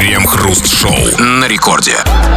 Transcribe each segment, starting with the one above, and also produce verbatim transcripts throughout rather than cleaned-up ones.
Крем-хруст-шоу на рекорде.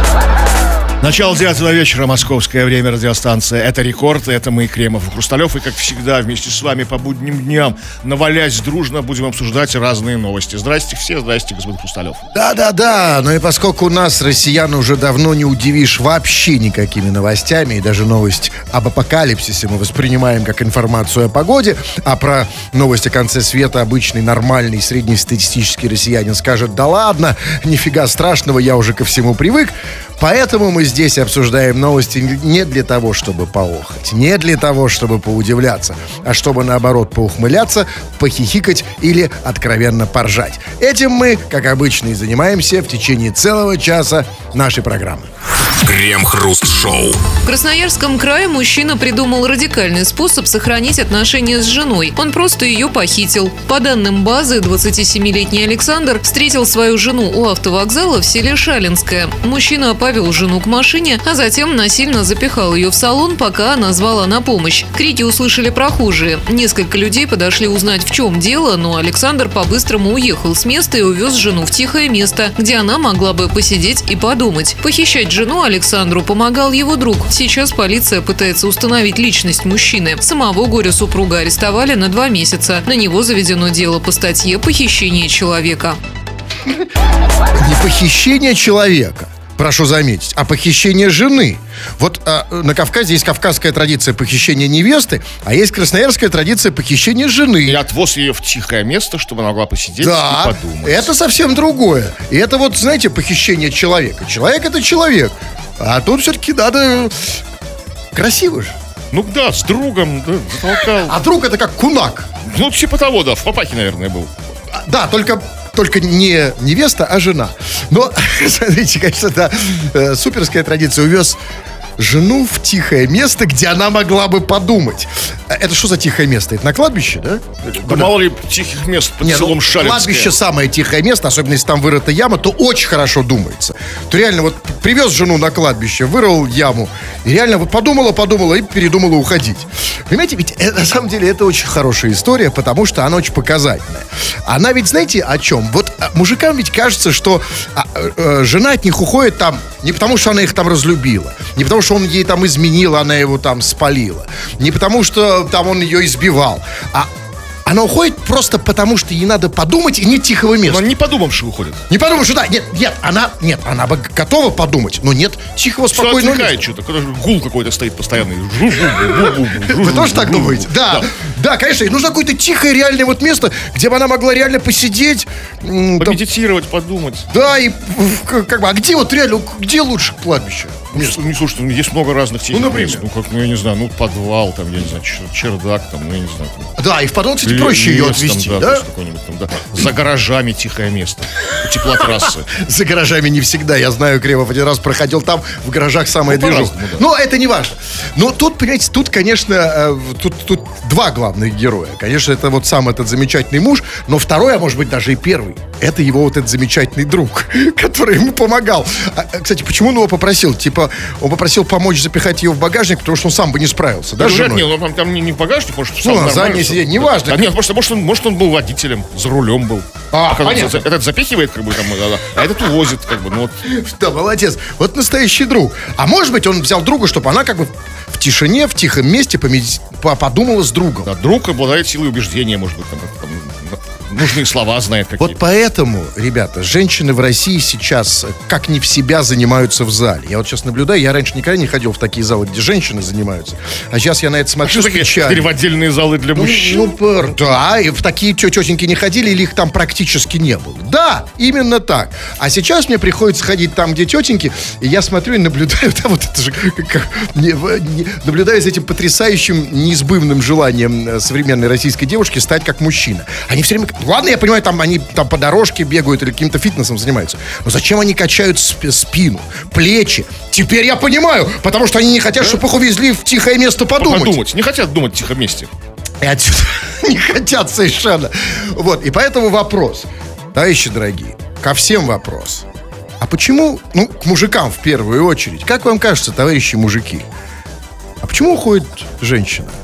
Начало девятого вечера, московское время, радиостанция «Это рекорд», это мы, Кремов и Хрусталев. И, как всегда, вместе с вами по будним дням, навалясь дружно, будем обсуждать разные новости. Здрасте все, здрасте, господин Хрусталев. Да-да-да, но и поскольку у нас, россиян, уже давно не удивишь вообще никакими новостями, и даже новость об апокалипсисе мы воспринимаем как информацию о погоде, а про новость о конце света обычный, нормальный, среднестатистический россиянин скажет: да ладно, нифига страшного, я уже ко всему привык. Поэтому мы здесь обсуждаем новости не для того, чтобы поохать, не для того, чтобы поудивляться, а чтобы, наоборот, поухмыляться, похихикать или откровенно поржать. Этим мы, как обычно, и занимаемся в течение целого часа нашей программы. Крем-хруст-шоу. В Красноярском крае мужчина придумал радикальный способ сохранить отношения с женой. Он просто ее похитил. По данным базы, двадцатисемилетний Александр встретил свою жену у автовокзала в селе Шалинское. Мужчина повел жену к машине, а затем насильно запихал ее в салон, пока она звала на помощь. Крики услышали прохожие. Несколько людей подошли узнать, в чем дело, но Александр по-быстрому уехал с места и увез жену в тихое место, где она могла бы посидеть и подумать. Похищать жену Александру помогал его друг. Сейчас полиция пытается установить личность мужчины. Самого горе-супруга арестовали на два месяца. На него заведено дело по статье «Похищение человека». Не похищение человека, прошу заметить, а похищение жены. Вот а, на Кавказе есть кавказская традиция похищения невесты, а есть красноярская традиция похищения жены. И отвоз ее в тихое место, чтобы она могла посидеть да, и подумать. Это совсем другое. И это вот, знаете, похищение человека. Человек — это человек. А тут все-таки надо красиво же. Ну да, с другом, да, затолкал. А друг — это как кунак. Ну, типа того, да, в Папахе, наверное, был. Да, только... Только не невеста, а жена. Но, смотрите, конечно, да, э, суперская традиция. Увез жену в тихое место, где она могла бы подумать. Это что за тихое место? Это на кладбище, да? Да мало ли тихих мест под Не, селом ну, Шалинское. Кладбище самое тихое место, особенно если там вырыта яма, то очень хорошо думается. То реально вот привез жену на кладбище, вырыл яму, и реально вот подумала, подумала и передумала уходить. Понимаете, ведь это, на самом деле это очень хорошая история, потому что она очень показательная. Она ведь, знаете, о чем? Вот мужикам ведь кажется, что а, а, жена от них уходит там не потому, что она их там разлюбила, не потому, что он ей там изменил, она его там спалила, не потому, что там он ее избивал, а она уходит просто потому, что ей надо подумать, и нет тихого места. Но не подумавши уходит. Не подумавши, да, нет, нет, она, нет, она бы готова подумать, но нет тихого, спокойного места. места. Что-то, гул какой-то стоит постоянный. Вы тоже так думаете? Да, да, конечно, и нужно какое-то тихое, реальное вот место, где бы она могла реально посидеть. Помедитировать, подумать. Да, и как бы, а где вот реально, где лучше кладбище? Не, слушай, есть много разных тихих ну, мест. Ну, как, ну, я не знаю, ну, подвал, там, я не знаю, чердак, там, ну, я не знаю. Там. Да, и в подвал, кстати, проще ее отвезти, там, да? да? Там, да? За гаражами тихое место, теплотрассы. За гаражами не всегда, я знаю, Кремов один раз проходил там, в гаражах самое движение. Но это не важно. Но тут, понимаете, тут, конечно, тут, тут два главных героя. Конечно, это вот сам этот замечательный муж, но второй, а может быть даже и первый, это его вот этот замечательный друг, который ему помогал. А, кстати, почему он его попросил? Типа, он попросил помочь запихать ее в багажник, потому что он сам бы не справился, да, с женой? Нет, нет, там, там не в багажник, может, ну, на заднее сиденье, неважно. А нет, может, может, он, может, он был водителем, за рулем был. А, так, понятно. Этот, этот запихивает, как бы, там, а этот увозит, как бы, ну вот. Да, молодец. Вот настоящий друг. А может быть, он взял друга, чтобы она как бы в тишине, в тихом месте помеди... подумала с другом. Да, друг обладает силой убеждения, может быть, там, там нужные слова знает какие-то. Вот поэтому, ребята, женщины в России сейчас как не в себя занимаются в зале. Я вот сейчас наблюдаю, я раньше никогда не ходил в такие залы, где женщины занимаются. А сейчас я на это смотрю. А что такие? Теперь в отдельные залы для мужчин? Ну, ну, да, и в такие тетеньки не ходили, или их там практически не было. Да, именно так. А сейчас мне приходится ходить там, где тетеньки, и я смотрю и наблюдаю, да, вот это же, как, не, не, наблюдаю за этим потрясающим, неизбывным желанием современной российской девушки стать как мужчина. Они все время... Ладно, я понимаю, там они там по дорожке бегают или каким-то фитнесом занимаются. Но зачем они качают сп- спину, плечи? Теперь я понимаю, потому что они не хотят, да? чтобы их увезли в тихое место подумать. Подумать. Не хотят думать в тихом месте. И отсюда не хотят совершенно. Вот, и поэтому вопрос, товарищи дорогие, ко всем вопрос. А почему, ну, к мужикам в первую очередь, как вам кажется, товарищи мужики, а почему уходит женщина?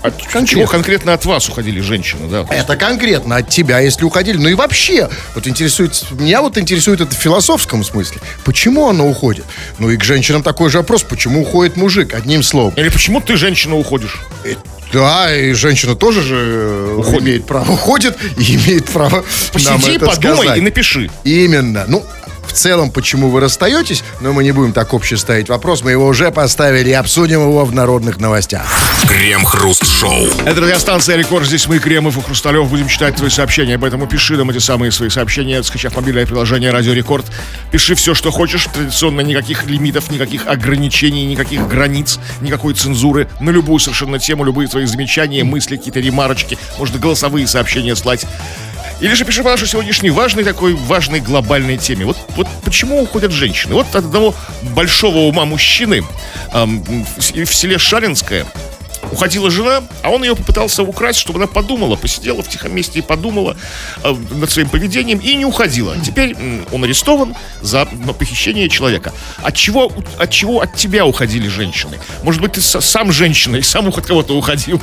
От чего конкретно от вас уходили женщины, да? Это конкретно от тебя, если уходили. Ну и вообще, вот интересует, меня вот интересует это в философском смысле. Почему она уходит? Ну и к женщинам такой же вопрос. Почему уходит мужик? Одним словом. Или почему ты, женщина, уходишь? Да, и женщина тоже же Уходит. имеет право. Уходит и имеет право нам Посиди, это подумай сказать. и напиши. Именно. Ну, в целом, почему вы расстаетесь, но мы не будем так обще ставить вопрос. Мы его уже поставили и обсудим его в народных новостях. Крем-хруст-шоу. Это радиостанция «Рекорд». Здесь мы, Кремов и Хрусталев, будем читать твои сообщения. Поэтому пиши нам эти самые свои сообщения, скачав мобильное приложение «Радио Рекорд». Пиши все, что хочешь. Традиционно никаких лимитов, никаких ограничений, никаких границ, никакой цензуры. На любую совершенно тему, любые твои замечания, мысли, какие-то ремарочки. Можно голосовые сообщения слать. Или же пиши по нашей сегодняшней важной такой, важной глобальной теме. Вот, вот почему уходят женщины? Вот от одного большого ума мужчины эм, в, в селе Шалинское уходила жена, а он ее попытался украсть, чтобы она подумала, посидела в тихом месте и подумала э, над своим поведением и не уходила. Теперь м, он арестован за ну, похищение человека. От чего, от чего от тебя уходили женщины? Может быть, ты с, сам женщина и сам от кого-то уходил?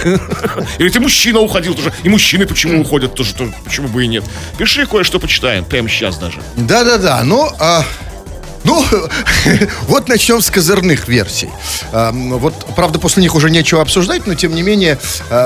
Или ты мужчина уходил тоже? И мужчины почему уходят тоже? Почему бы и нет? Пиши, кое-что почитаем, прямо сейчас даже. Да-да-да, ну... А... Ну, вот начнем с козырных версий. Вот, правда, после них уже нечего обсуждать, но, тем не менее,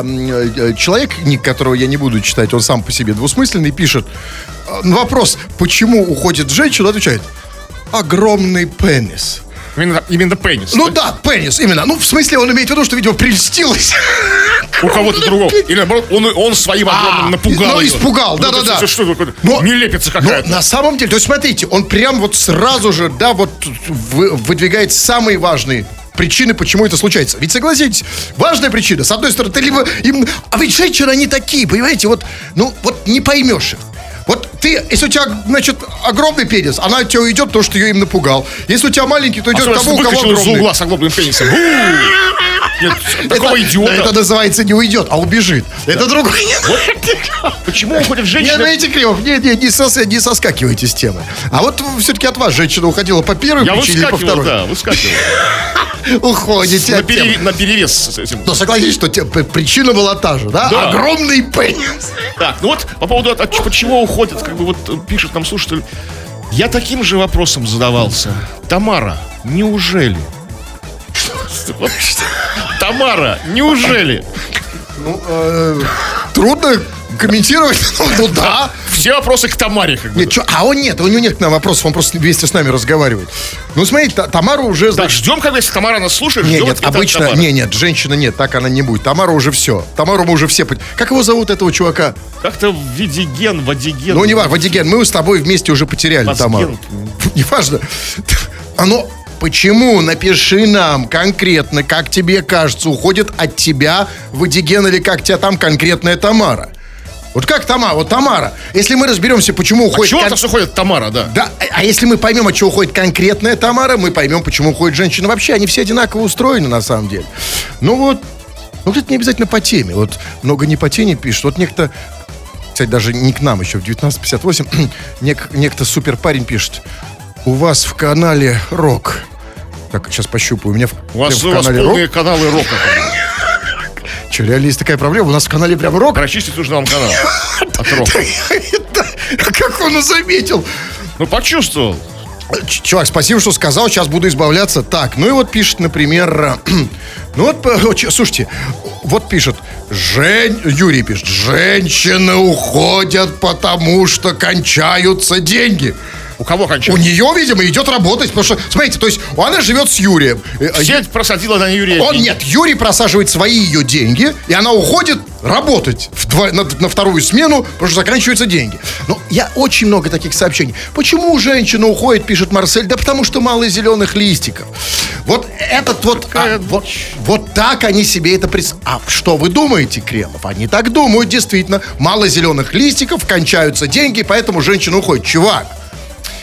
человек, ник которого я не буду читать, он сам по себе двусмысленный, пишет на вопрос, почему уходит женщина, отвечает: огромный пенис. Именно, именно пенис. Ну да, пенис, именно. Ну, в смысле, он имеет в виду, что, видимо, прельстилась. У кого-то другого. Или, наоборот, он, он своим огромным напугал. Ну, ее. испугал, да-да-да. Что такое? Но, Нелепица какая-то. Но на самом деле, то есть, смотрите, он прям вот сразу же, да, вот вы, выдвигает самые важные причины, почему это случается. Ведь, согласитесь, важная причина. С одной стороны, ты либо им... А ведь женщины, они такие, понимаете, вот, ну, вот не поймешь их. Вот ты, если у тебя, значит, огромный пенис, она от тебя уйдет, потому что ее им напугал. Если у тебя маленький, то идет а тому, у кого огромный. Из угла с огромным пенисом. Нет, такого это, идиота. Это называется не уйдет, а убежит. Да. Это другое. Вот. Почему уходят женщины? Не, знаете, Кремов, не, не, не, сос, не соскакивайте с темы. А вот все-таки от вас женщина уходила по первой Я причине или по второй? да, выскакивал. Уходите на, от пере, темы. на перерез с этим. Но согласитесь, что те, причина была та же, да? Да. Огромный пенис. Так, ну вот по поводу от, от чего уходят, как бы вот пишет нам слушатель. Я таким же вопросом задавался. Тамара, неужели? Вот, Тамара, неужели? Ну, э, трудно комментировать. Ну да. Все вопросы к Тамаре, как бы. Нет, чё, а он нет, у него нет к нам вопросов, он просто вместе с нами разговаривает. Ну, смотрите, Та- Тамара уже... Да, значит, ждем, когда если Тамара нас слушает, Нет, ждем нет, ответа от обычно, Тамары. не, нет, женщина нет, так она не будет. Тамара уже все. Тамару мы уже все... пон- Как его зовут, этого чувака? Как-то Видиген, Вадиген. Ну, не важно, Вадиген, мы с тобой вместе уже потеряли Вазген. Тамару. Неважно. Оно... Почему? Напиши нам конкретно, как тебе кажется, уходит от тебя Вадиген или как тебя там конкретная Тамара. Вот как Тамара? Вот Тамара. Если мы разберемся, почему А уходит... чего кон- там уходит Тамара, да? Да, а- а если мы поймем, от чего уходит конкретная Тамара, мы поймем, почему уходит женщина. Вообще, они все одинаково устроены, на самом деле. Ну вот, ну это не обязательно по теме. Вот много не по теме пишет. Вот некто, кстати, даже не к нам еще, в девятнадцать пятьдесят восемь, нек- некто супер парень пишет: у вас в канале рок. Так, сейчас пощупаю. У меня в, У вас, в у вас канале полные рок. каналы рока. Че, реально есть такая проблема? У нас в канале прям рок. Прочистить нужно вам канал от рока. Как он заметил? Ну, почувствовал. Ч- Чувак, спасибо, что сказал, сейчас буду избавляться. Так, ну и вот пишет, например, ну вот, по- вот, ч- слушайте, вот пишет, Жень, Юрий пишет, женщины уходят, потому что кончаются деньги. У кого У кончается? нее, видимо, идет работать, потому что, смотрите, то есть она живет с Юрием. Э, э, Сеть просадила на Юрия. Он нет, Юрий просаживает свои ее деньги, и она уходит работать в дво- на, на вторую смену, потому что заканчиваются деньги. Но я очень много таких сообщений. Почему женщина уходит, пишет Марсель? Да потому что мало зеленых листиков. Вот этот вот, а, вот, вот так они себе это представляют. А что вы думаете, Кремов? Они так думают, действительно. Мало зеленых листиков, кончаются деньги, поэтому женщина уходит. Чувак,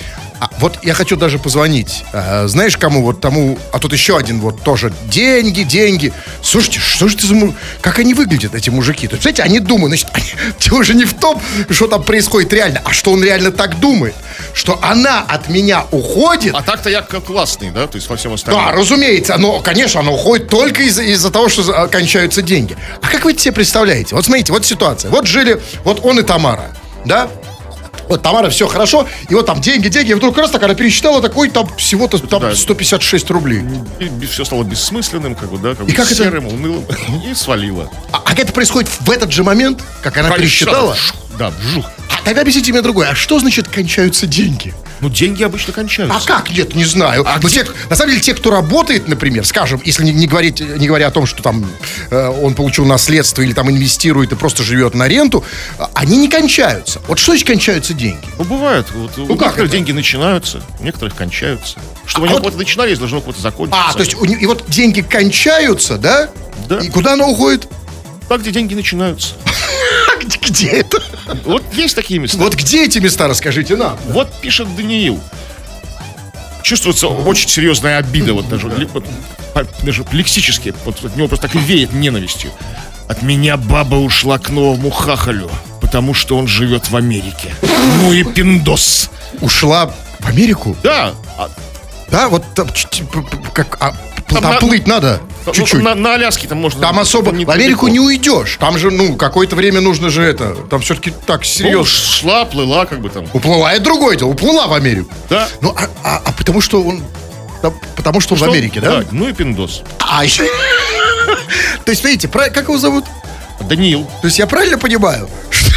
А, вот я хочу даже позвонить. А, знаешь, кому? Вот тому... А тут еще один вот тоже. Деньги, деньги. Слушайте, что же это за... му- Как они выглядят, эти мужики? То есть, знаете, они думают, значит, они... дело же не в том, что там происходит реально, а что он реально так думает. Что она от меня уходит. А так-то я как классный, да? То есть во всем остальном. Да, разумеется, но, конечно, оно уходит только из- из-за того, что за- кончаются деньги. А как вы это себе представляете? Вот смотрите, вот ситуация. Вот жили, вот он и Тамара, да? Вот Тамара, все хорошо, и вот там деньги, деньги, и вдруг раз так она пересчитала такой, там всего-то там Да. сто пятьдесят шесть рублей. И все стало бессмысленным, как бы, да, как И бы как это- серым, унылым, и свалило. А, а это происходит в этот же момент, как она Конечно, пересчитала? вжух, Да, вжух. А тогда объясните мне другое. А что значит кончаются деньги? Ну, деньги обычно кончаются. А как? Нет, не знаю. А Но где- те, на самом деле, те, кто работает, например, скажем, если не, не говорить, не говоря о том, что там э, он получил наследство или там инвестирует и просто живет на ренту, а, они не кончаются. Вот что значит кончаются деньги? Ну, бывает. Вот, у как некоторых это? деньги начинаются, у некоторых кончаются. Чтобы А они у вот- кого-то начинались, должно у кого-то закончиться. А, то есть у не- и вот деньги кончаются, да? Да. И куда она уходит? Так, где деньги начинаются. А где, где это? Вот есть такие места. Вот где эти места, расскажите нам. Вот пишет Даниил. Чувствуется очень серьезная обида, вот даже, ли- вот, по- даже лексически. Вот от него просто так и веет ненавистью. От меня баба ушла к новому хахалю, потому что он живет в Америке. Ну и пиндос. Ушла в Америку? Да, а, Да, вот там, ч- ч- п- п- как, а, Там там на- плыть надо ну, чуть-чуть. на, на Аляске там можно... Там особо не- в Америку не недалеко. уйдешь. Там же, ну, какое-то время нужно же это. Там все-таки так Ну, серьезно. шла, плыла, как бы там. Уплыла, это другое дело. Уплыла в Америку. Да. Ну, а, а- а потому что он. да, потому что он в Что? Америке, да? Ну и пиндос. А еще. То есть, смотрите, про- как его зовут? Даниил. То есть я правильно понимаю? что-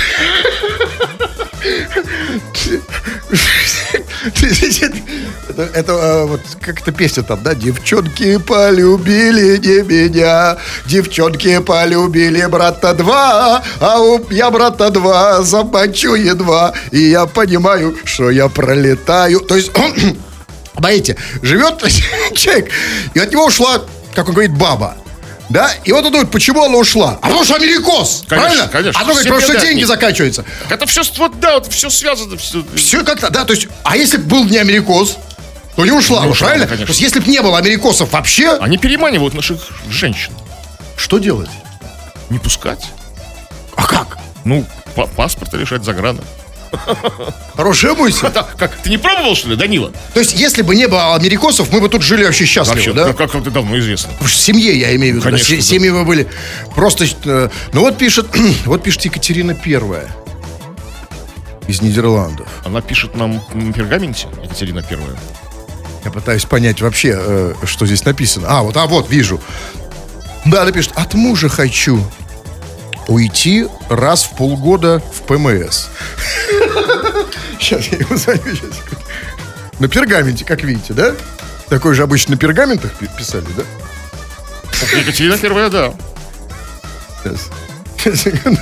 Это, это, а, вот как эта песня там, да? Девчонки полюбили не меня, девчонки полюбили брата два, а у я брата два замочу едва, и я понимаю, что я пролетаю. То есть он, знаете, живет человек, и от него ушла, как он говорит, баба. Да? И вот он думает, почему она ушла? А потому что америкос, Конечно, правильно? конечно. А то говорит, Все потому что беда от деньги них. заканчиваются. Это все, вот, да, вот все связано. Все. Все как-то, да, то есть, а если бы был не америкос, то не ушла, Не бы, ушла, правильно? конечно. То есть, если бы не было америкосов вообще, Они переманивают наших женщин. что делать? Не пускать. А как? Ну, па- паспорта лишать заграна. Хорошая мысль. Да, как, ты не пробовал, что ли, Данила? То есть, если бы не было америкосов, мы бы тут жили вообще счастливо, Вообще, да? как, как это давно известно. В семье, я имею в виду. да, Конечно, се- да. Семьи мы были просто... э, Ну, вот пишет, вот пишет Екатерина Первая из Нидерландов. Она пишет нам на пергаменте, Екатерина Первая. Я пытаюсь понять вообще, э, что здесь написано. А, вот, а вот, вижу. Да, она пишет, от мужа хочу уйти раз в полгода в ПМС. Сейчас я его займу. На пергаменте, как видите, да? Такой же обычно на пергаментах пи- писали, да? Екатерина Первая, да. Сейчас. Сейчас, секунду.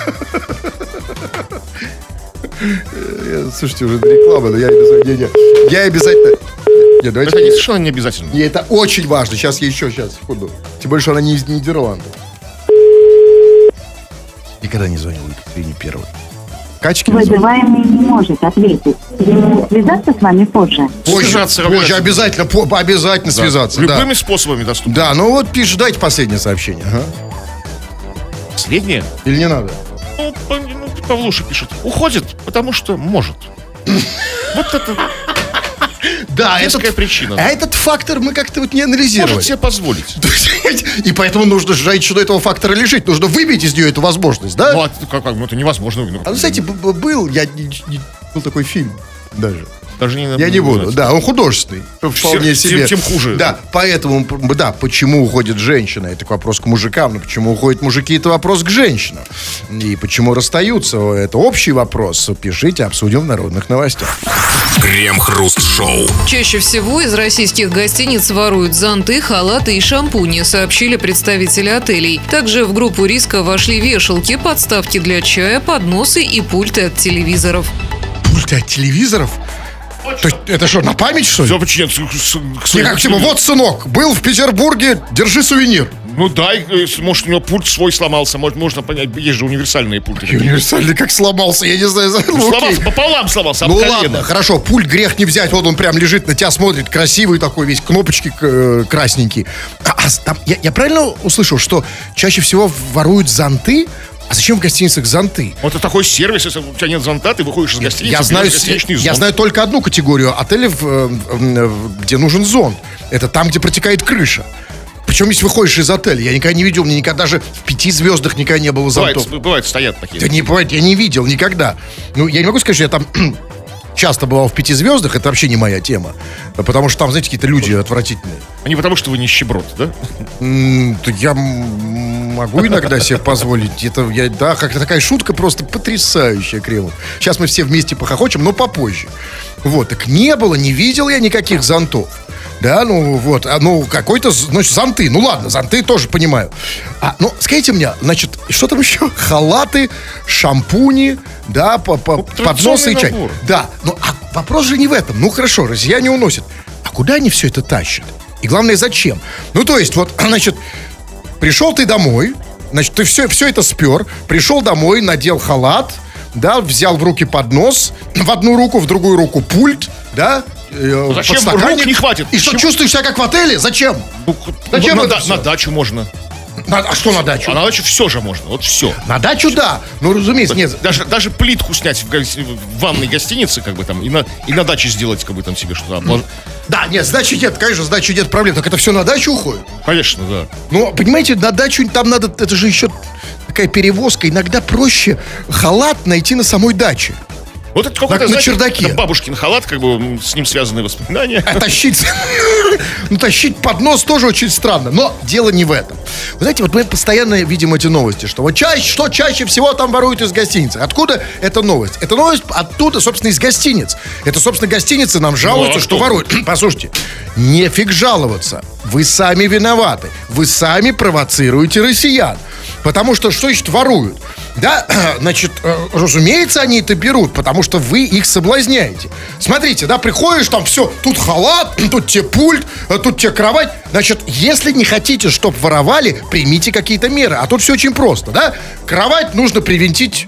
Я, слушайте, уже реклама, но я обязательно... Не, не, я обязательно... Нет, давайте... Это не- совершенно не обязательно. И это очень важно. Сейчас я еще, сейчас, секунду. Тем более, что она не из Нидерландов. Никогда не звонил Екатерине Первой. Качки не звонил. Вызываемый не может ответить. Связаться с вами позже. Позже, Связаться позже обязательно, по- обязательно Да. связаться. Да. Любыми способами доступны. Да, ну вот пишешь, дайте последнее сообщение. Ага. Последнее? Или не надо? Ну, П- ну, Павлуша пишет. Уходит, потому что может. Вот это Да, детская этот, причина. а этот фактор мы как-то вот не анализировали. Может себе позволить. И поэтому нужно женщину этого фактора лишить. Нужно выбить из нее эту возможность, да? Ну, а как, как, ну, это невозможно. Ну, А ну, кстати, б- б- был, я не- не- был такой фильм даже. даже не Я не буду. Да, он художественный. Вполне Всем- себе. тем хуже. Да, поэтому, п- да, почему уходит женщина, это вопрос к мужикам, но почему уходят мужики, это вопрос к женщинам. И почему расстаются, это общий вопрос. Пишите, обсудим в народных новостях. Крем-хруст-шоу. Чаще всего из российских гостиниц воруют зонты, халаты и шампуни, сообщили представители отелей. Также в группу риска вошли вешалки, подставки для чая, подносы и пульты от телевизоров. Пульты от телевизоров? То есть, это что, на память, что ли? Все почему? К, с- к Не своим как типа, телевизорам. вот, сынок, был в Петербурге, держи сувенир. Ну да, и, может, у него пульт свой сломался, может, можно понять, есть же универсальные пульты. Универсальный как сломался, я не знаю. Ну, Сломался, окей. пополам сломался, об Ну колено. ладно, хорошо, пульт грех не взять. Вот он прям лежит на тебя, смотрит, красивый такой весь, кнопочки э, красненькие. А, а там, я, я правильно услышал, что чаще всего воруют зонты? А зачем в гостиницах зонты? Вот это такой сервис, если у тебя нет зонта, ты выходишь из гостиницы, Я знаю, берешь гостиничный я зонт. знаю только одну категорию отелей, в, э, в, где нужен зонт. Это там, где протекает крыша. Причем, если выходишь из отеля, я никогда не видел, мне никогда даже в пяти звездах никогда не было зонтов. Бывает, бывает, стоят такие. Да не бывает, я не видел никогда. Ну, я не могу сказать, что я там часто бывал в пяти звездах, это вообще не моя тема. Потому что там, знаете, какие-то люди отвратительные. А не потому, что вы нищеброд, да? М, да я м, могу иногда себе позволить. Это, я, да, как такая шутка просто потрясающая, Кремов. Сейчас мы все вместе похохочем, но попозже. Вот, так не было, не видел я никаких зонтов. Да, ну вот, а, ну какой-то, значит, зонты. Ну ладно, зонты тоже понимаю. А, ну, скажите мне, значит, что там еще? Халаты, шампуни, да, по, по, Ну, подносы и чай. набор. Да, ну а вопрос же не в этом. Ну хорошо, россияне уносят. А куда они все это тащат? И главное, зачем? Ну, то есть, вот, значит, пришел ты домой, значит, ты все, все это спер, пришел домой, надел халат, да, взял в руки поднос, в одну руку, в другую руку пульт, да, э, Зачем? подстаканник. Рук не хватит. И что, Зачем? чувствуешь себя как в отеле? Зачем? Ну, Зачем на, это да- всё? на дачу можно. На- а что на дачу? А на дачу все же можно, вот все. На дачу, да. Ну, разумеется, нет. Даже, даже плитку снять в, гости- в ванной гостинице, как бы там, и на, и на даче сделать, как бы там себе что-то обложить. Да, нет, сдачи нет, конечно, сдачи нет проблем. Так это все на дачу уходит. Конечно, да. Ну, понимаете, на дачу там надо, это же еще такая перевозка. Иногда проще халат найти на самой даче. Вот это какой-то, на знаете, чердаке. это бабушкин халат, как бы м, с ним связанные воспоминания. А тащить, ну, тащить поднос тоже очень странно. Но дело не в этом. Вы знаете, вот мы постоянно видим эти новости, что вот чаще, что чаще всего там воруют из гостиницы. Откуда эта новость? Эта новость оттуда, собственно, из гостиниц. Это, собственно, гостиницы нам жалуются, Ну, а что что? воруют. Послушайте, нефиг жаловаться. Вы сами виноваты. Вы сами провоцируете россиян. Потому что, что значит воруют? Да, значит, э, разумеется, они это берут, потому что вы их соблазняете. Смотрите, да, приходишь, там все, тут халат, тут тебе пульт, э, тут тебе кровать. Значит, если не хотите, чтобы воровали, примите какие-то меры. А тут все очень просто, да? Кровать нужно привинтить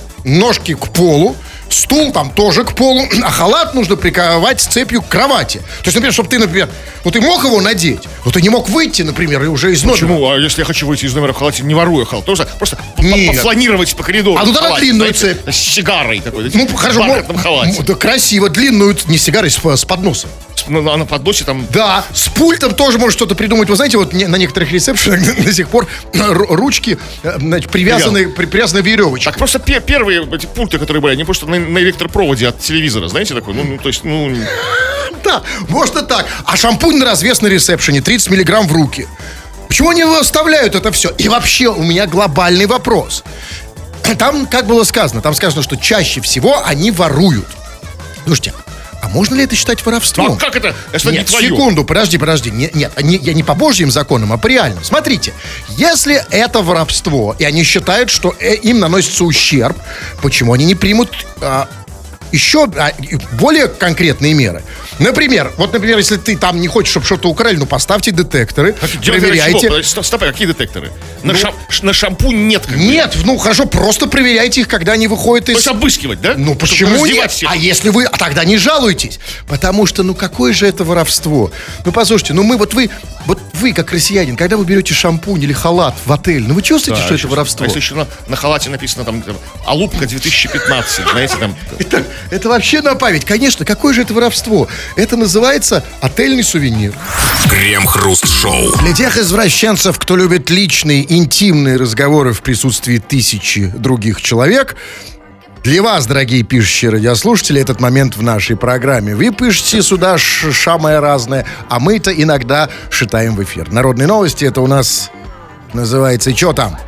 ножки к полу, стул там тоже к полу, а халат нужно приковать с цепью к кровати. То есть, например, чтобы ты, например, вот ты мог его надеть, но ты не мог выйти, например, и уже из номера. Почему? А если я хочу выйти из номера в халате, не воруя халат? Просто, просто по- Нет. пофланировать по коридору. А ну в тогда халате, длинную знаете, цепь. С сигарой такой. Ну, в хорошо, бархатном мо- халате. м, да, красиво, длинную, не сигарой, с, с подносом. С- На, на подносе там... Да, с пультом тоже можно что-то придумать. Вы знаете, вот не- на некоторых ресепшенах до сих пор ру- ручки э, значит, привязаны, при- привязаны веревочкой. Так просто пе- первые эти пульты, которые были, они просто на, на электропроводе от телевизора, знаете, такой, ну, ну, то есть, ну... Да, можно так. А шампунь на развес на ресепшене, тридцать миллиграмм в руки. Почему они оставляют это все? И вообще, у меня глобальный вопрос. Там, как было сказано, там сказано, что чаще всего они воруют. Слушайте, а можно ли это считать воровством? Ну, а как это? Это Нет, не твое. секунду, подожди, подожди. Нет, нет, не- я не по божьим законам, а по реальным. Смотрите, если это воровство, и они считают, что э, им наносится ущерб, почему они не примут а, еще а, и более конкретные меры? Например, вот, например, если ты там не хочешь, чтобы что-то украли, ну, поставьте детекторы, Дело- проверяйте. чего? Подожди, Стоп, стоп, а какие детекторы? На, шам- ш- на шампунь нет. Как бы. Нет, ну, хорошо, просто проверяйте их, когда они выходят То из... есть обыскивать, да? Ну Чтобы почему раздевать нет? всех. А если вы, а тогда не жалуйтесь, потому что, ну какое же это воровство? Ну послушайте, ну мы вот вы, вот вы как россиянин, когда вы берете шампунь или халат в отель, ну вы чувствуете, Да, что это чувствую. воровство? А если еще на, на халате написано там, там «Алупка две тысячи пятнадцать», знаете, там... Это, это вообще на память, конечно, какое же это воровство? Это называется отельный сувенир. Крем-хруст-шоу. Для тех извращенцев, кто любит личные, интимные разговоры в присутствии тысячи других человек, для вас, дорогие пишущие радиослушатели, этот момент в нашей программе. Вы пишете сюда ш- самое разное, а мы-то иногда шитаем в эфир. Народные новости, это у нас называется «И чё там?».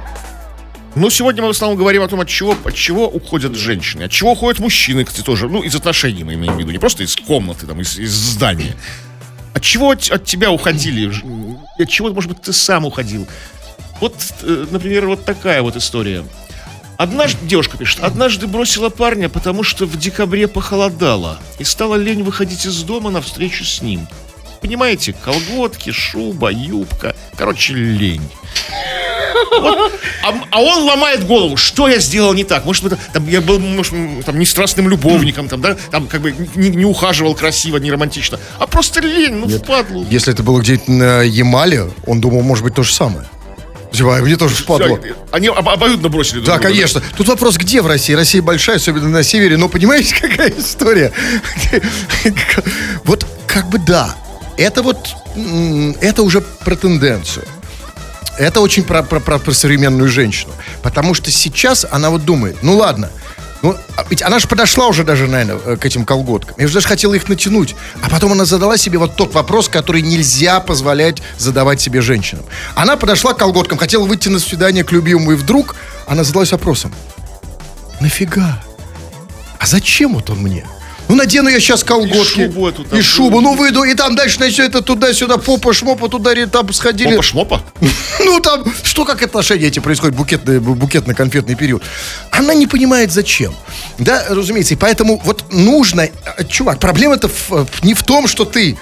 Ну, сегодня мы в основном говорим о том, от чего, от чего уходят женщины, от чего уходят мужчины, кстати, тоже, ну, из отношений мы имеем в виду, не просто из комнаты, там, из, из здания. От чего от, от тебя уходили? Ж- От чего, может быть, ты сам уходил? Вот, э, например, вот такая вот история. Однажды, девушка пишет, однажды бросила парня, потому что в декабре похолодало, и стало лень выходить из дома на встречу с ним. понимаете, колготки, шуба, юбка. Короче, лень. Вот. А, а он ломает голову, что я сделал не так. Может, там, я был, может, там, не страстным любовником, там, да, там, как бы не, не ухаживал красиво, не романтично, а просто лень, ну, впадлу. Если это было где-то на Ямале, он думал, может быть, то же самое. Типа, мне тоже впадло. Они об- обоюдно бросили друг Да, друга. конечно. Тут вопрос, где в России? Россия большая, особенно на севере. Но понимаете, какая история? Вот как бы да. Это вот, м, это уже про тенденцию. Это очень про, про, про, про современную женщину. Потому что сейчас она вот думает, ну ладно, ну, ведь она же подошла уже даже, наверное, к этим колготкам. Я уже даже хотела их натянуть. А потом она задала себе вот тот вопрос, который нельзя позволять задавать себе женщинам. Она подошла к колготкам, хотела выйти на свидание к любимому, и вдруг она задалась вопросом: нафига? А зачем вот он мне? Ну, надену я сейчас колготки. И шубу эту там. И шубу, ну, выйду, и там дальше на все это туда-сюда, попа-шмопа, туда, там сходили. Попа-шмопа? Ну, там, что, как отношения эти происходят, букетный, букетно-конфетный период. Она не понимает, зачем. Да, разумеется, и поэтому вот нужно... Чувак, проблема-то в, не в том, что ты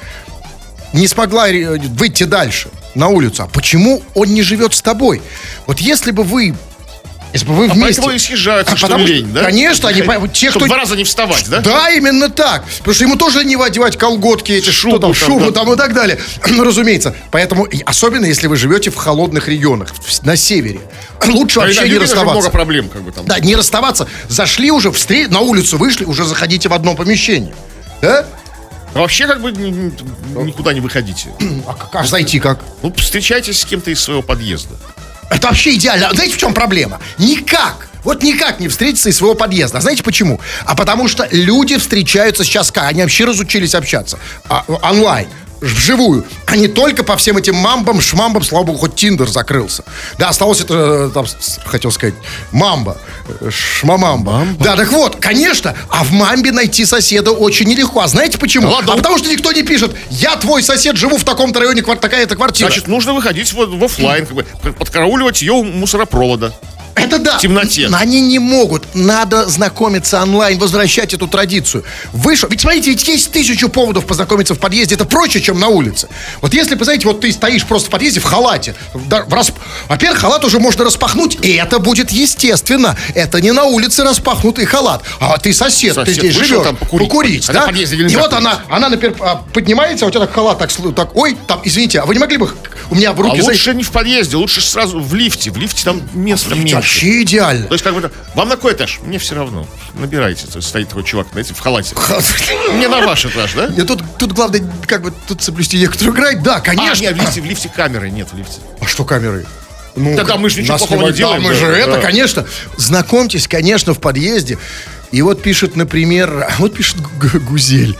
не смогла выйти дальше на улицу, а почему он не живет с тобой. Вот если бы вы... Если бы вы А вместе... поэтому и съезжаются, А что потому лень, что, да? конечно, они, те, Чтобы кто... два раза не вставать, да? Да, именно так. Потому что ему тоже не одевать колготки, эти, Шубу что там, там, шубу да. там и так далее. Ну, разумеется. Поэтому, и особенно если вы живете в холодных регионах, в- на севере, лучше А вообще на не юге же расставаться. много проблем, как бы там. Да, не расставаться. Зашли уже, встр- на улицу вышли, уже заходите в одно помещение. Да? А вообще, как бы, н- н- никуда не выходите. А как а зайти как? Ну, встречайтесь с кем-то из своего подъезда. Это вообще идеально. Знаете, в чем проблема? Никак. Вот никак не встретиться из своего подъезда. А знаете почему? А потому что люди встречаются сейчас как? Они вообще разучились общаться. А, онлайн. Вживую. А не только по всем этим мамбам, шмамбам. Слава богу, хоть Тиндер закрылся. Да, осталось это, там, с- хотел сказать, мамба. э, Шмамамба. Мамба? Да, так вот, конечно. А в мамбе найти соседа очень нелегко. А знаете почему? Да ладно. А потому что никто не пишет: я твой сосед, живу в таком-то районе, квар- такая-то квартира. Значит, нужно выходить в, в офлайн, как бы, подкарауливать ее у мусоропровода. Это да. В темноте. Но они не могут. Надо знакомиться онлайн, возвращать эту традицию. Вышел. Ведь смотрите, ведь есть тысячу поводов познакомиться в подъезде. Это проще, чем на улице. Вот если, вы знаете, вот ты стоишь просто в подъезде в халате. Да, в расп... Во-первых, халат уже можно распахнуть, и это будет естественно. Это не на улице распахнутый халат. А ты сосед, Сосед ты здесь вышел живешь. там покурить. А да? на подъезде И нельзя вот курить. она, она, например, а, поднимается, а у тебя так халат так, сл- так, ой, там, извините, а вы не могли бы у меня в А руки зайти? лучше не в подъезде, лучше сразу в лифте. В лифте там места меньше. Вообще идеально. То есть, как бы, вам на какой этаж? Мне все равно. Набирайте. То есть, стоит такой чувак, знаете, в халате. Мне на ваш этаж, да? Нет, тут, тут главное, как бы, тут соблюсти некоторую грань. Да, А, конечно. нет, в лифте, в лифте камеры нет, в лифте. А что камеры? Ну, Да, да, мы же ничего нас плохого не снимают. делаем, Да, мы да, же да. это, конечно. Знакомьтесь, конечно, в подъезде. И вот пишет, например, вот пишет Г- Гузель.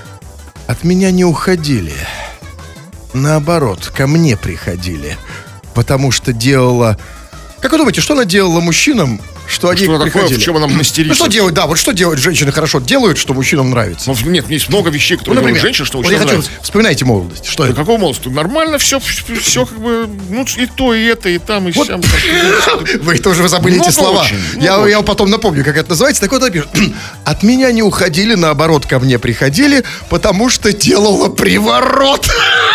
От меня не уходили. Наоборот, ко мне приходили. Потому что делала... Как вы думаете, что она делала мужчинам, что они Что такое, приходили? в чем она мастерица? Ну, что делают, да, вот что делают женщины хорошо? Делают, что мужчинам нравится. Ну, нет, есть много вещей, которые делают женщины, что вот очень я хочу, нравится. вспоминайте молодость. Что Да это? какого молодости? Нормально все, все как бы, ну, и то, и это, и там, и Вот. сям. Вы тоже вы забыли Много эти слова. очень, я, много я потом напомню, как это называется. Так вот, она пишет. От меня не уходили, наоборот, ко мне приходили, потому что делала приворот.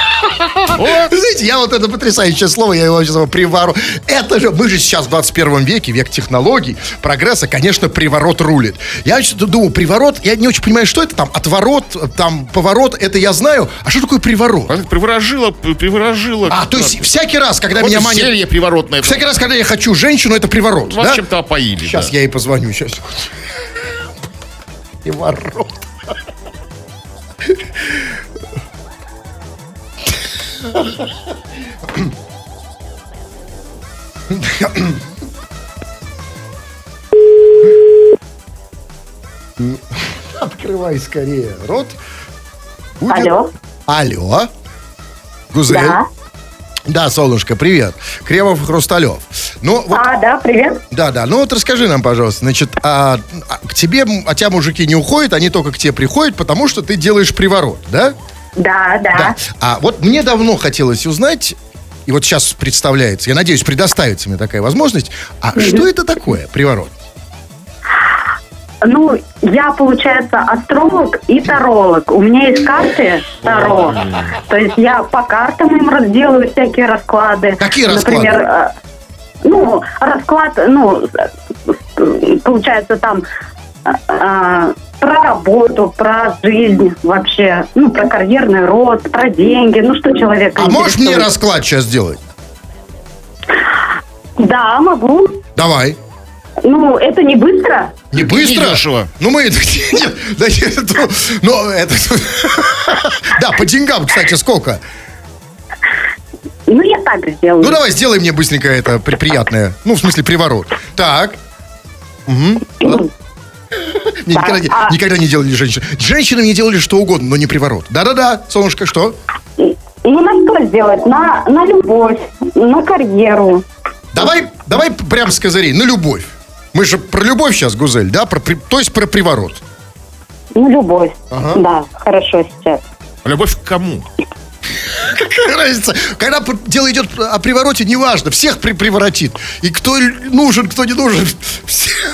Вот. Знаете, я вот это потрясающее слово, я его сейчас называю приворот. Это же, мы же сейчас в двадцать первом веке, век технологий, прогресса, конечно, приворот рулит. Я вообще думаю, приворот, я не очень понимаю, что это там, отворот, там, поворот, это я знаю. А что такое приворот? Она приворожила, приворожила. А, то есть всякий раз, когда вот меня и манит... зелье приворотное. Всякий раз, когда я хочу женщину, это приворот, Вас да? чем-то опоили. Сейчас да. я ей позвоню, сейчас. Приворот. Открывай скорее рот. Будет- Алло. Алло. Гузель. Да. Да, солнышко, привет. Кремов, Хрусталев. Ну, вот, А, да, привет. да, да. Ну вот расскажи нам, пожалуйста, значит, а, а к тебе, от тебя мужики не уходят, они только к тебе приходят, потому что ты делаешь приворот, да? Да, да. Да. А вот мне давно хотелось узнать, и вот сейчас представляется, я надеюсь, предоставится мне такая возможность, а что это такое, приворот? Ну, я, получается, астролог и таролог. У меня есть карты Таро. То есть я по картам им разделаю всякие расклады. Какие расклады? Например, э, ну, расклад, ну, э, получается, там э, э, про работу, про жизнь вообще, ну, про карьерный рост, про деньги, ну, что человек А можешь мне интересует. расклад сейчас сделать? Да, могу. Давай. Ну, это не быстро. Не быстро? Недешево. Ну, мы... Нет, да нет, ну, ну, это... Да, по деньгам, кстати, сколько? Ну, я так сделаю. Ну, давай, сделай мне быстренько это при- приятное. Ну, в смысле, приворот. Так. Угу. Мне Так, никогда, не, а- никогда не делали женщины. Женщины мне делали что угодно, но не приворот. Да-да-да, солнышко, что? Ну, на что сделать? На, на любовь, на карьеру. Давай, давай прям с козырей, на любовь. Мы же про любовь сейчас, Гузель, да? Про, при- то есть про приворот. Ну, любовь. Ага. Да, хорошо сейчас. Любовь к кому? Какая разница? Когда п- дело идет о привороте, неважно, всех при- приворотит. И кто л- нужен, кто не нужен. Всех.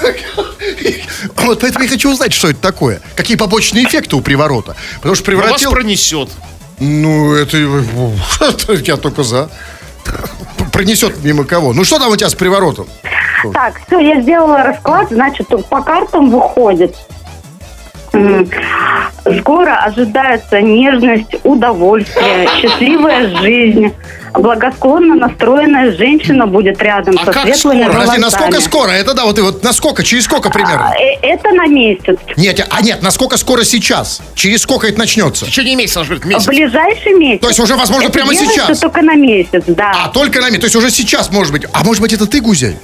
Вот поэтому я хочу узнать, что это такое. Какие побочные эффекты у приворота. Потому что Ну, вас приворотил... пронесет. Ну, это... это я только за. Пронесет мимо кого. Ну, что там у тебя с приворотом? Так, все, я сделала расклад, значит, по картам выходит. М, Скоро ожидается нежность, удовольствие, счастливая жизнь. Благосклонно настроенная женщина будет рядом А со как светлыми скоро? Подожди, волосами. насколько скоро? Это да, вот, и вот насколько, через сколько примерно? А, э, Это на месяц. Нет, а нет, насколько скоро сейчас? Через сколько это начнется? В течение месяца, может быть, В месяц. ближайший месяц. То есть уже, возможно, Это прямо делается сейчас? только на месяц, да. А, только на месяц. То есть уже сейчас, может быть. А может быть, это ты, Гузель?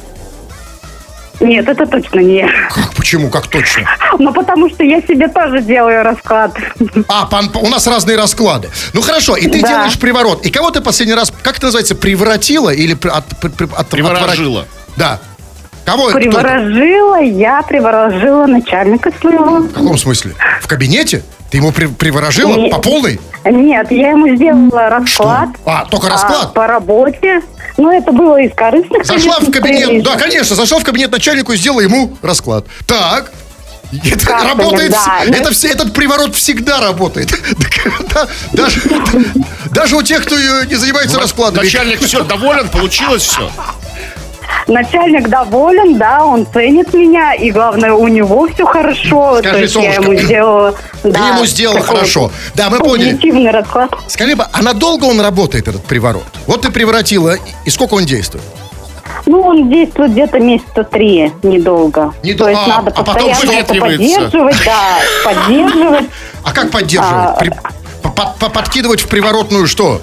Нет, это точно не я. Как, почему, как точно? Ну, потому что я себе тоже делаю расклад. А, пан- у нас разные расклады. Ну, хорошо, и ты Да. делаешь приворот. И кого ты последний раз, как это называется, приворотила или при- от, при- при- от- Приворожила. отворот- Да. Кого это? Кто это? Приворожила, я приворожила начальника своего. В каком смысле? В кабинете? Ты ему при- приворожила Нет. по полной? Нет, я ему сделала расклад. А, только а, расклад? по работе. Ну, это было из корыстных. Зашла в конечно, кабинет, целей. да, конечно, зашла в кабинет начальнику и сделала ему расклад. Так. Это Картами, работает, да. вс- Ну- это все, этот приворот всегда работает. Да, Даже, даже у тех, кто э, не занимается раскладами. Начальник все, доволен, получилось все. Начальник доволен, да, он ценит меня, и главное, у него все хорошо. Скажи, То есть я солнышко, ему сделала... Ты да, ему сделала такой хорошо. Да, мы поняли. позитивный расклад. Скажи, а надолго он работает, этот приворот? Вот ты приворотила, и сколько он действует? Ну, он действует где-то месяца три, недолго. Недол- То есть а, надо а потом постоянно это выветривается. поддерживать, да, поддерживать. А как поддерживать? А, При- по- по- по- подкидывать в приворотную что?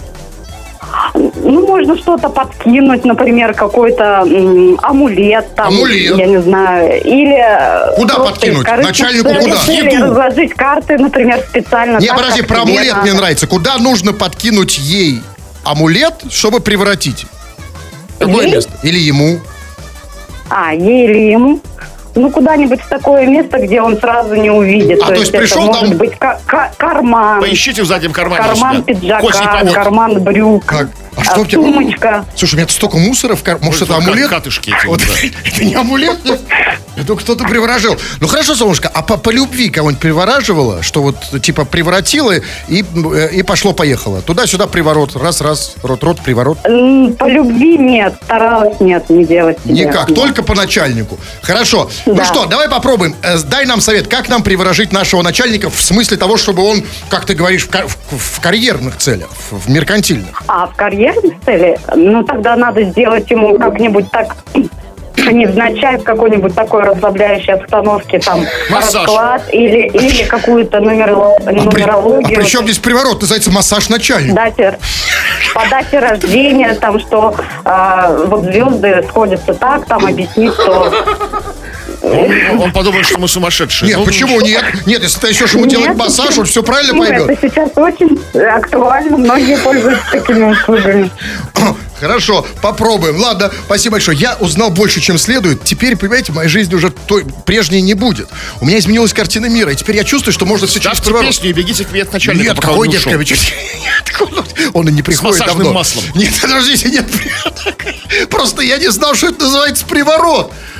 Ну, можно что-то подкинуть, например, какой-то м, амулет, там, Амулет. я не знаю, или... Куда просто подкинуть? из корыстных Начальнику целей- куда? целей Еду. разложить карты, например, специально. Не, так, подожди, как про тебе амулет надо. мне нравится. Куда нужно подкинуть ей амулет, чтобы превратить? Какое Ей? место? Или ему? А, ей или ему? Ну, куда-нибудь в такое место, где он сразу не увидит. А, то есть это пришел может там- быть ка- ка- карман, Поищите в заднем кармане. карман у себя. пиджака, Кость не поймет. карман брюк, Как? А а, что у тебя? сумочка. Слушай, у меня тут столько мусора в кар... Может, Ой, это тут амулет? катышки эти, Вот, да. это не амулет? нет? Это кто-то приворожил. Ну, хорошо, солнышко, а по, по любви кого-нибудь привораживала? Что вот, типа, приворотила и, э, и пошло-поехало? Туда-сюда приворот. Раз-раз, рот-рот, приворот. М, По любви нет, старалась нет, не делать себе. Никак, только по начальнику. Хорошо. Ну Да. что, давай попробуем. Э, Дай нам совет, как нам приворожить нашего начальника в смысле того, чтобы он, как ты говоришь, в, ка- в- в карьерных целях, в, в меркантильных. А в карьерной цели? Ну, тогда надо сделать ему как-нибудь так... невзначай в какой-нибудь такой расслабляющей обстановке, там, Массаж. расклад или, или какую-то нумеро- А, при, а нумерологию. при чем здесь приворот? Называется массаж начальника. Дате, по дате рождения, там, что а, вот звезды сходятся так, там, объяснить, что... Он, он подумает, что мы сумасшедшие. Нет, Ну, почему нет? Нет, если ты начнешь ему делать Нет, массаж, он все правильно ну, поймет. это сейчас очень актуально, многие пользуются такими услугами. Хорошо, попробуем. Ладно, спасибо большое. Я узнал больше, чем следует. Теперь, понимаете, в моей жизни уже той прежней не будет. У меня изменилась картина мира, и теперь я чувствую, что можно все через Ставьте приворот. песню и бегите к нет начальнику. Нет, пока какой он не детка? ушел. Вы чё- Нет, он и не приходит массажным давно. маслом. Нет, подождите, нет. Просто я не знал, что это называется приворот.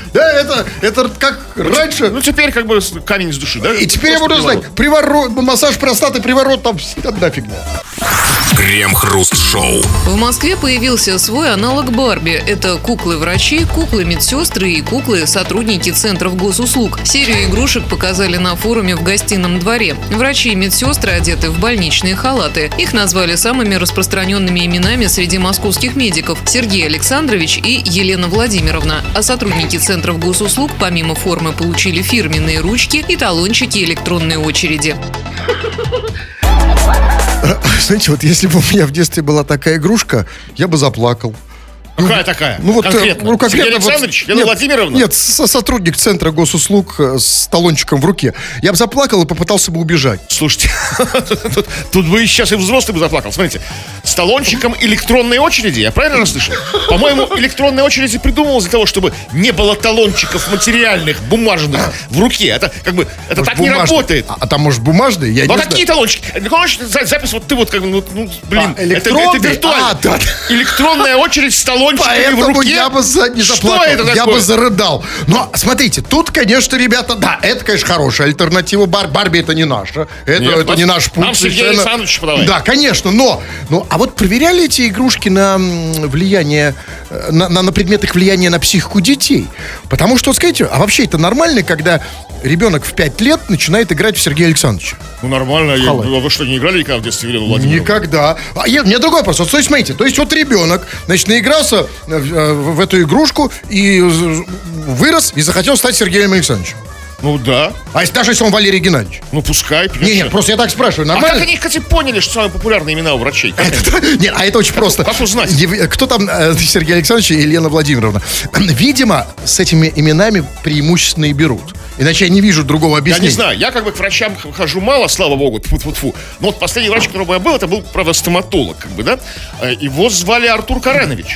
Да, это, это как раньше. Ну, теперь как бы камень с души, да? И теперь я Просто буду знать, приворот, массаж простаты, приворот, там одна фигня. Крем-хруст-шоу. В Москве появился свой аналог Барби. Это куклы-врачи, куклы-медсестры и куклы-сотрудники центров госуслуг. Серию игрушек показали на форуме в гостином дворе. Врачи и медсестры одеты в больничные халаты. Их назвали самыми распространенными именами среди московских медиков – Сергей Александрович и Елена Владимировна. А сотрудники центров госуслуг помимо формы получили фирменные ручки и талончики электронной очереди. Знаете, вот если бы у меня в детстве была такая игрушка, я бы заплакал. Какая такая? Ну вот, конкретно? ну, конкретно Сергей вот- Александрович? Елена нет, Владимировна? Нет, со- сотрудник центра госуслуг э, с талончиком в руке. Я бы заплакал и попытался бы убежать. Слушайте, тут, тут бы сейчас и взрослый бы заплакал. Смотрите, с талончиком электронной очереди, я правильно расслышал? По-моему, электронная очередь придумывалась для того, чтобы не было талончиков материальных, бумажных в руке. Это как бы, это Может, так не бумажный- работает. А, а там, может, бумажные? Я Ну, не а какие знаю. талончики? Электронная за- запись, вот ты вот как бы, ну, ну, блин, А, это, электронный? это виртуально. А, да. Электронная очередь с талончиками в Поэтому руке. я бы за- не Что заплакал, это я такое? бы зарыдал. Но смотрите, тут, конечно, ребята, да, это, конечно, хорошая альтернатива. Бар, Барби это не наша. Это, Нет, это нас- не наш путь. нам Сергей совершенно. Александрович подавай. Да, конечно, но, но. А вот проверяли эти игрушки на м, влияние, э, на, на, на предмет их влияния на психику детей? Потому что, вот скажите, а вообще это нормально, когда ребенок в пять лет начинает играть в Сергея Александровича? Ну, нормально. Я- Халат. а вы что, не играли никогда в детстве, Елена Владимировна? Никогда. А я, у меня другой вопрос. Вот, то есть, смотрите, то есть вот ребенок, значит, наигрался э, в, э, в эту игрушку и э, вырос и захотел стать Сергеем Александровичем. Ну, да. А если, даже если он Валерий Геннадьевич? Ну, пускай. Не, нет, просто я так спрашиваю, А как нормально? они, кстати, поняли, что самые популярные имена у врачей? Как они? Нет, а это очень просто. как узнать? Ев- Кто там, э, Сергей Александрович и Елена Владимировна? Видимо, с этими именами преимущественно и берут. Иначе я не вижу другого Я объяснения. не знаю, я как бы к врачам х- хожу мало, слава богу, тьфу-тьфу-тьфу. Но вот последний врач, которого я был, это был, правда, стоматолог, как бы, да? Э, Его звали Артур Каренович.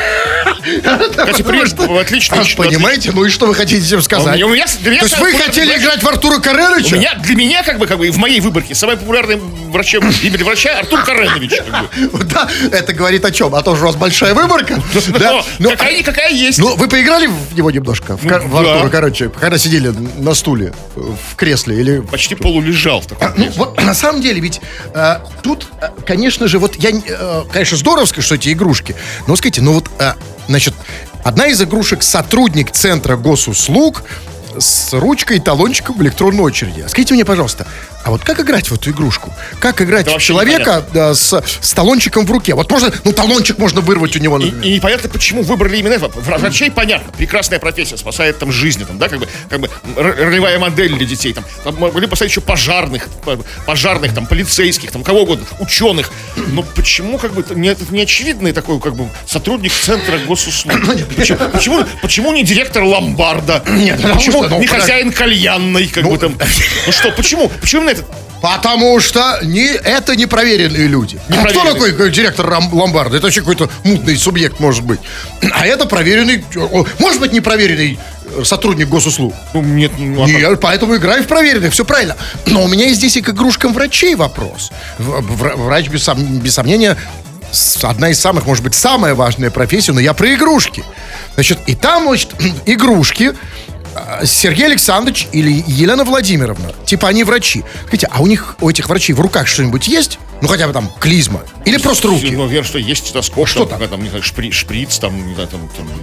Кстати, при- отлично. А, понимаете, ну и что вы хотите этим сказать? А у меня- для меня То есть самый вы популярный хотели врач- играть в Артура Кареновича? У меня, для меня, как бы, как бы, в моей выборке, самый популярный врачом, имя для врача Артур Каренович, как бы. Да, это говорит о чем? О том, что у вас большая выборка. Да? Но какая, какая есть. Ну, вы поиграли в него немножко? В, Кар- в да. Артура, короче, когда сидели на стуле, в кресле или... Почти полулежал в таком Ну, кресле. вот на самом деле, ведь э, тут, э, конечно же, вот я, э, конечно, здоровско, что эти игрушки, но, скажите, ну вот, э, значит, одна из игрушек сотрудник Центра госуслуг с ручкой и талончиком в электронной очереди. А скажите мне, пожалуйста, а вот как играть в эту игрушку? Как играть Это в вообще человека да, с, с талончиком в руке? Вот можно, ну, талончик можно вырвать у него, И, например. и непонятно, почему выбрали именно это. Вра- Врачей понятно, прекрасная профессия, спасает там жизни, там, да, как бы, как бы р- ролевая модель для детей, там, там могли поставить еще пожарных, по- пожарных, там, полицейских, там, кого угодно, ученых. Но почему, как бы, это не, это не очевидный такой, как бы, сотрудник Центра госуслуг? Почему, почему, почему не директор ломбарда? Нет, потому почему что, ну, не подожди. хозяин кальянной, как Ну, бы там? Ну что, почему? Почему именно этот? Потому что не, это непроверенные люди. А кто Непроверенные. такой директор рам- ломбарда? Это вообще какой-то мутный субъект может быть. А это проверенный, о, может быть, непроверенный э, сотрудник госуслуг. Ну, нет, ну, а как? Нет, поэтому играю в проверенных, все правильно. Но у меня есть здесь и к игрушкам врачей вопрос. В- вра- Врач, без, сом- без сомнения, с- одна из самых, может быть, самая важная профессия, но я про игрушки. Значит, и там, значит, игрушки э, Сергей Александрович или Елена Владимировна. Типа они врачи. Скажите, а у них, у этих врачей в руках что-нибудь есть? Ну, хотя бы там клизма. Или просто руки? Ну, уверен, что есть стетоскоп, Что там, там? там, не знаю, шпри- шприц, там, не знаю, там, там,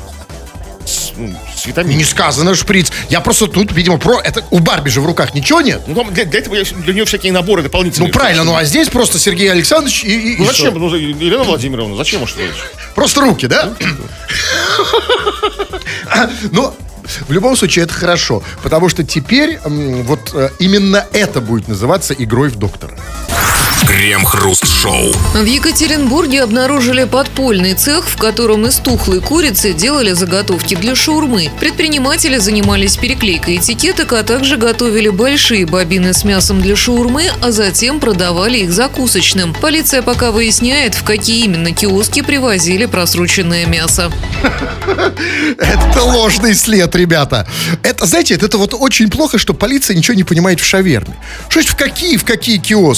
с, ну, с витаминами. Не сказано шприц. Я просто тут, видимо, про... Это у Барби же в руках ничего нет. Ну, там для, для этого есть для нее всякие наборы дополнительные. Ну, правильно, ну а здесь просто Сергей Александрович и... и- Ну, и зачем? что? Ну, Елена Владимировна, зачем уж это? Просто руки, да? Ну, в любом случае, это хорошо. Потому что теперь м, вот э, именно это будет называться игрой в доктора. Крем-хруст-шоу. В Екатеринбурге обнаружили подпольный цех, в котором из тухлой курицы делали заготовки для шаурмы. Предприниматели занимались переклейкой этикеток, а также готовили большие бобины с мясом для шаурмы, а затем продавали их закусочным. Полиция пока выясняет, в какие именно киоски привозили просроченное мясо. Это ложный след, ребята. Это, знаете, это, это вот очень плохо, что полиция ничего не понимает в шаверме. Что ж, в какие, в какие киоски?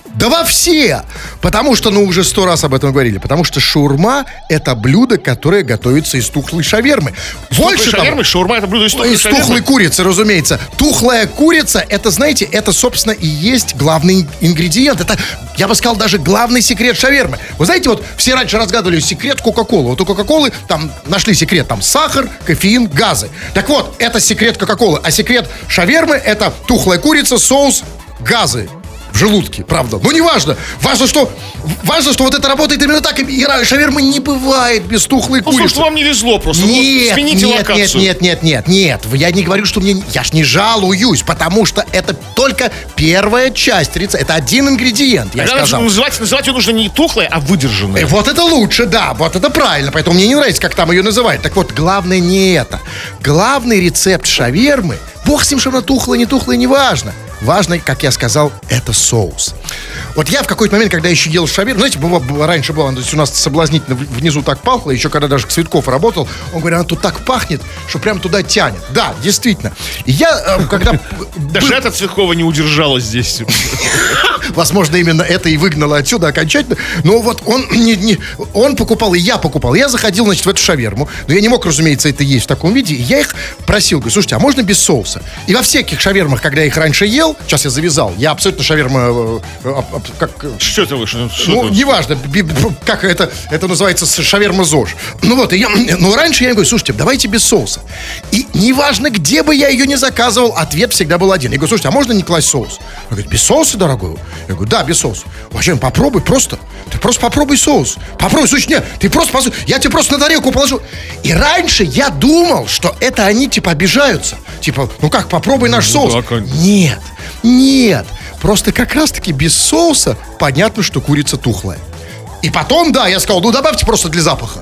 Да во все! Потому что, ну, уже сто раз об этом говорили. Потому что шаурма — это блюдо, которое готовится из тухлой шавермы. Больше того, шавермы, шаурма — это блюдо из тухлой из шавермы? тухлой курицы, разумеется. Тухлая курица, это, знаете, это, собственно, и есть главный ингредиент. Это, я бы сказал, даже главный секрет шавермы. Вы знаете, вот все раньше разгадывали секрет Кока-Колы. Вот у Кока-Колы там нашли секрет, там сахар, кофеин, газы. Так вот, это секрет Кока-Колы. А секрет шавермы — это тухлая курица, соус, газы в желудке, правда. Ну, неважно. Важно, что, важно, что вот это работает именно так. И шавермы не бывает без тухлой Ну, курицы. слушай, вам не везло просто. Нет, Вот смените нет, локацию. нет, нет, нет, нет, нет. Я не говорю, что мне... Я ж не жалуюсь, потому что это только первая часть рецепта. Это один ингредиент, я Тогда сказал. называть, называть ее нужно не тухлое, а выдержанное. Э, Вот это лучше, да, вот это правильно. Поэтому мне не нравится, как там ее называют. Так вот, главное не это. Главный рецепт шавермы, бог с ним, что она тухлая, не тухлая, не важно. Важно, как я сказал, это соус. Вот я в какой-то момент, когда еще ел шаверму, знаете, было, было, раньше было, то есть у нас соблазнительно внизу так пахло, еще когда даже Цветков работал, он говорит, она тут так пахнет, что прям туда тянет. Да, действительно. И я, э, когда... Даже эта Цветкова не удержалась здесь. Возможно, именно это и выгнало отсюда окончательно. Но вот он, не, не, он покупал, и я покупал. Я заходил, значит, в эту шаверму. Но я не мог, разумеется, это есть в таком виде. И я их просил, говорю, слушайте, а можно без соуса? И во всяких шавермах, когда я их раньше ел, сейчас я завязал, я абсолютно шаверма... Э, э, э, как, Что это вы? Что, что ну, это? неважно, би- би- как это, это называется, шаверма ЗОЖ. Ну вот, и я, ну раньше я говорю, слушайте, давайте без соуса. И неважно, где бы я ее не заказывал, ответ всегда был один. Я говорю, слушайте, а можно не класть соус? Он говорит, без соуса, дорогой? Я говорю, да, без соуса. Вообще, попробуй просто. Ты просто попробуй соус. Попробуй, слушай, нет, ты просто, посу- я тебе просто на тарелку положу. И раньше я думал, что это они, типа, обижаются. Типа, ну как, попробуй наш Ну, соус. да, конечно. Нет, нет. Просто как раз-таки без соуса понятно, что курица тухлая. И потом, да, я сказал, ну добавьте просто для запаха.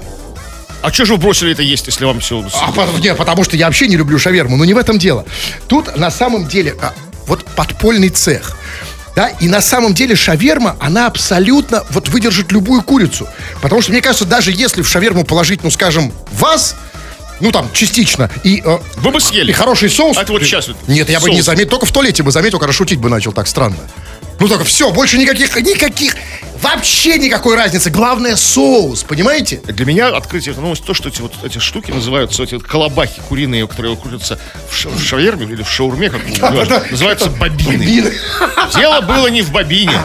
А что же вы бросили это есть, если вам все... А, по- не, потому что я вообще не люблю шаверму. Но не в этом дело. Тут на самом деле а, вот подпольный цех. Да, и на самом деле шаверма, она абсолютно вот выдержит любую курицу. Потому что, мне кажется, даже если в шаверму положить, ну, скажем, вас, ну, там, частично, и... э, Вы бы съели. И хороший соус. А это вот сейчас вот Нет, я бы не соус. заметил. Только в туалете бы заметил, когда шутить бы начал так странно. Ну, только все, больше никаких, никаких, вообще никакой разницы. Главное соус, понимаете? Для меня открытие этой новости то, что эти вот эти штуки называются, эти вот колобахи куриные, которые крутятся в, ша- в шаверме или в шаурме, как да. называются бобины. Бобины. Дело было не в бобине.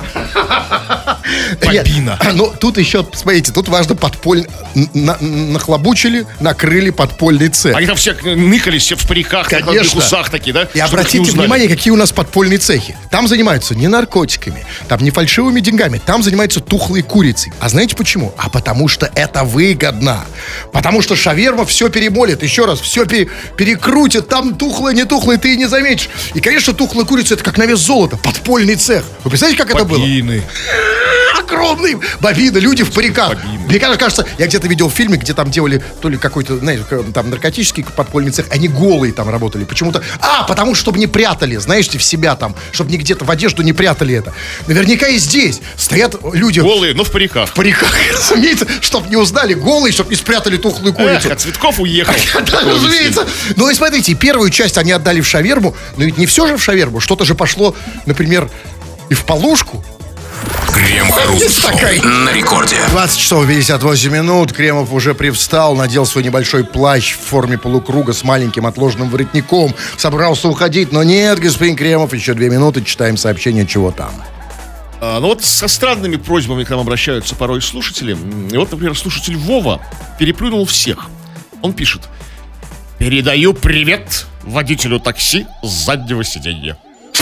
Бобина. Я- Ну, тут еще, смотрите, тут важно подпольный... на- нахлобучили, накрыли подпольный цех. Они там все ныкались, все в париках, на Конечно. накладных усах такие, да? И чтобы их не обратите узнали. внимание, какие у нас подпольные цехи. Там занимаются не наркотиками, там не фальшивыми деньгами, там занимаются тухлой курицей. А знаете почему? А потому что это выгодно. Потому что шаверма все перемолит, еще раз, все пере- перекрутит, там тухлое, не тухлое, ты и не заметишь. И, конечно, тухлая курица — это как на вес золота, подпольный цех. Вы представляете, как это было? Бобины. Огромный бобины, люди в париках. Бобины. Мне кажется, я где-то видел в фильме, где там делали то ли какой-то, знаешь, там наркотический подпольный цех, они голые там работали. Почему-то. А, потому что, чтобы не прятали, знаешь, в себя там, чтобы не где-то в одежду не прятали это. Наверняка и здесь стоят люди Голые, но в париках. в париках, разумеется, чтобы не узнали, голые, чтобы не спрятали тухлую курицу. Эх, а Цветков уехал. Да, разумеется. Ну и смотрите, первую часть они отдали в шаверму, но ведь не все же в шаверму, что-то же пошло, например, и в полушку. Крем-хруст-шоу Такая. на рекорде. двадцать часов пятьдесят восемь минут. Кремов уже привстал, надел свой небольшой плащ в форме полукруга с маленьким отложенным воротником. Собрался уходить, но нет, господин Кремов, еще две минуты, читаем сообщение, чего там. А, ну вот со странными просьбами к нам обращаются порой слушатели. И вот, например, слушатель Вова переплюнул всех. Он пишет: передаю привет водителю такси с заднего сиденья.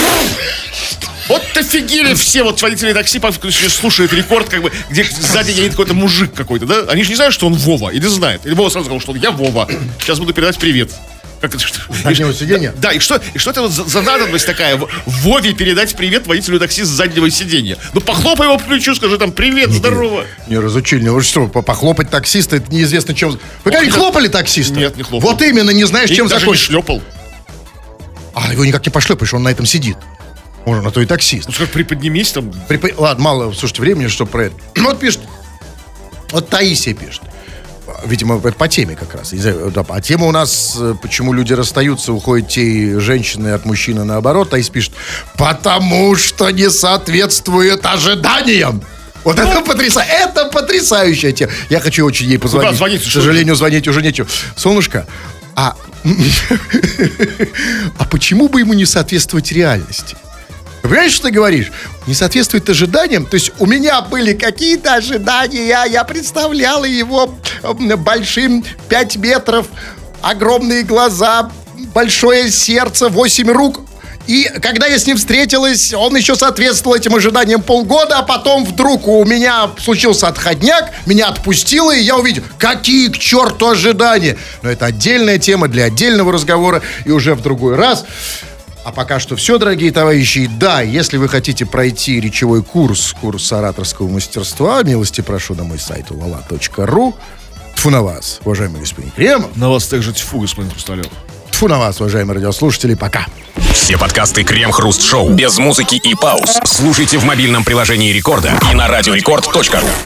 Вот офигели все вот водители такси, слушают рекорд, как бы, где сзади едет какой-то мужик какой-то, да? Они же не знают, что он Вова, или знают. Или Вова сразу сказал, что он я Вова. Сейчас буду передать привет. Как это, что? С заднего сиденья? Да, и что, и что это вот за, за надобность такая? В- Вове передать привет водителю такси с заднего сиденья. Ну похлопай его по плечу, скажи там привет, здорово. Не разучили, ну вы что, по- похлопать таксиста, это неизвестно чем. Вы когда Ох, хлопали таксиста? Нет, не хлопал. Вот именно, не знаешь, И чем даже не закончить. шлепал. А его никак не пошлепаешь, он на этом сидит. Он же на то и таксист. Ну как приподнимись там. Припо- Ладно, мало, слушайте, времени, что про это. Ну, вот пишет, вот Таисия пишет. Видимо, это по теме как раз. Да, а тема у нас, почему люди расстаются, уходят те женщины от мужчины наоборот, а и пишет, потому что не соответствует ожиданиям. Вот ну, это потрясающе. Это потрясающая тема. Я хочу очень ей позвонить. Звонить, К сожалению, звонить уже нечего. Солнышко, а... а почему бы ему не соответствовать реальности? Вы понимаете, что ты говоришь? Не соответствует ожиданиям. То есть у меня были какие-то ожидания. Я представляла его большим, пять метров, огромные глаза, большое сердце, восемь рук. И когда я с ним встретилась, он еще соответствовал этим ожиданиям полгода, а потом вдруг у меня случился отходняк, меня отпустило, и я увидел, какие к черту ожидания. Но это отдельная тема для отдельного разговора, и уже в другой раз. А пока что все, дорогие товарищи. Да, если вы хотите пройти речевой курс, курс ораторского мастерства, милости прошу на мой сайт улала точка ру. Тьфу на вас, уважаемый господин Кремов. На вас также тьфу, господин Хрусталев. Тьфу на вас, уважаемые радиослушатели, пока. Все подкасты Крем-Хруст Шоу без музыки и пауз слушайте в мобильном приложении Рекорда и на радиорекорд точка ру.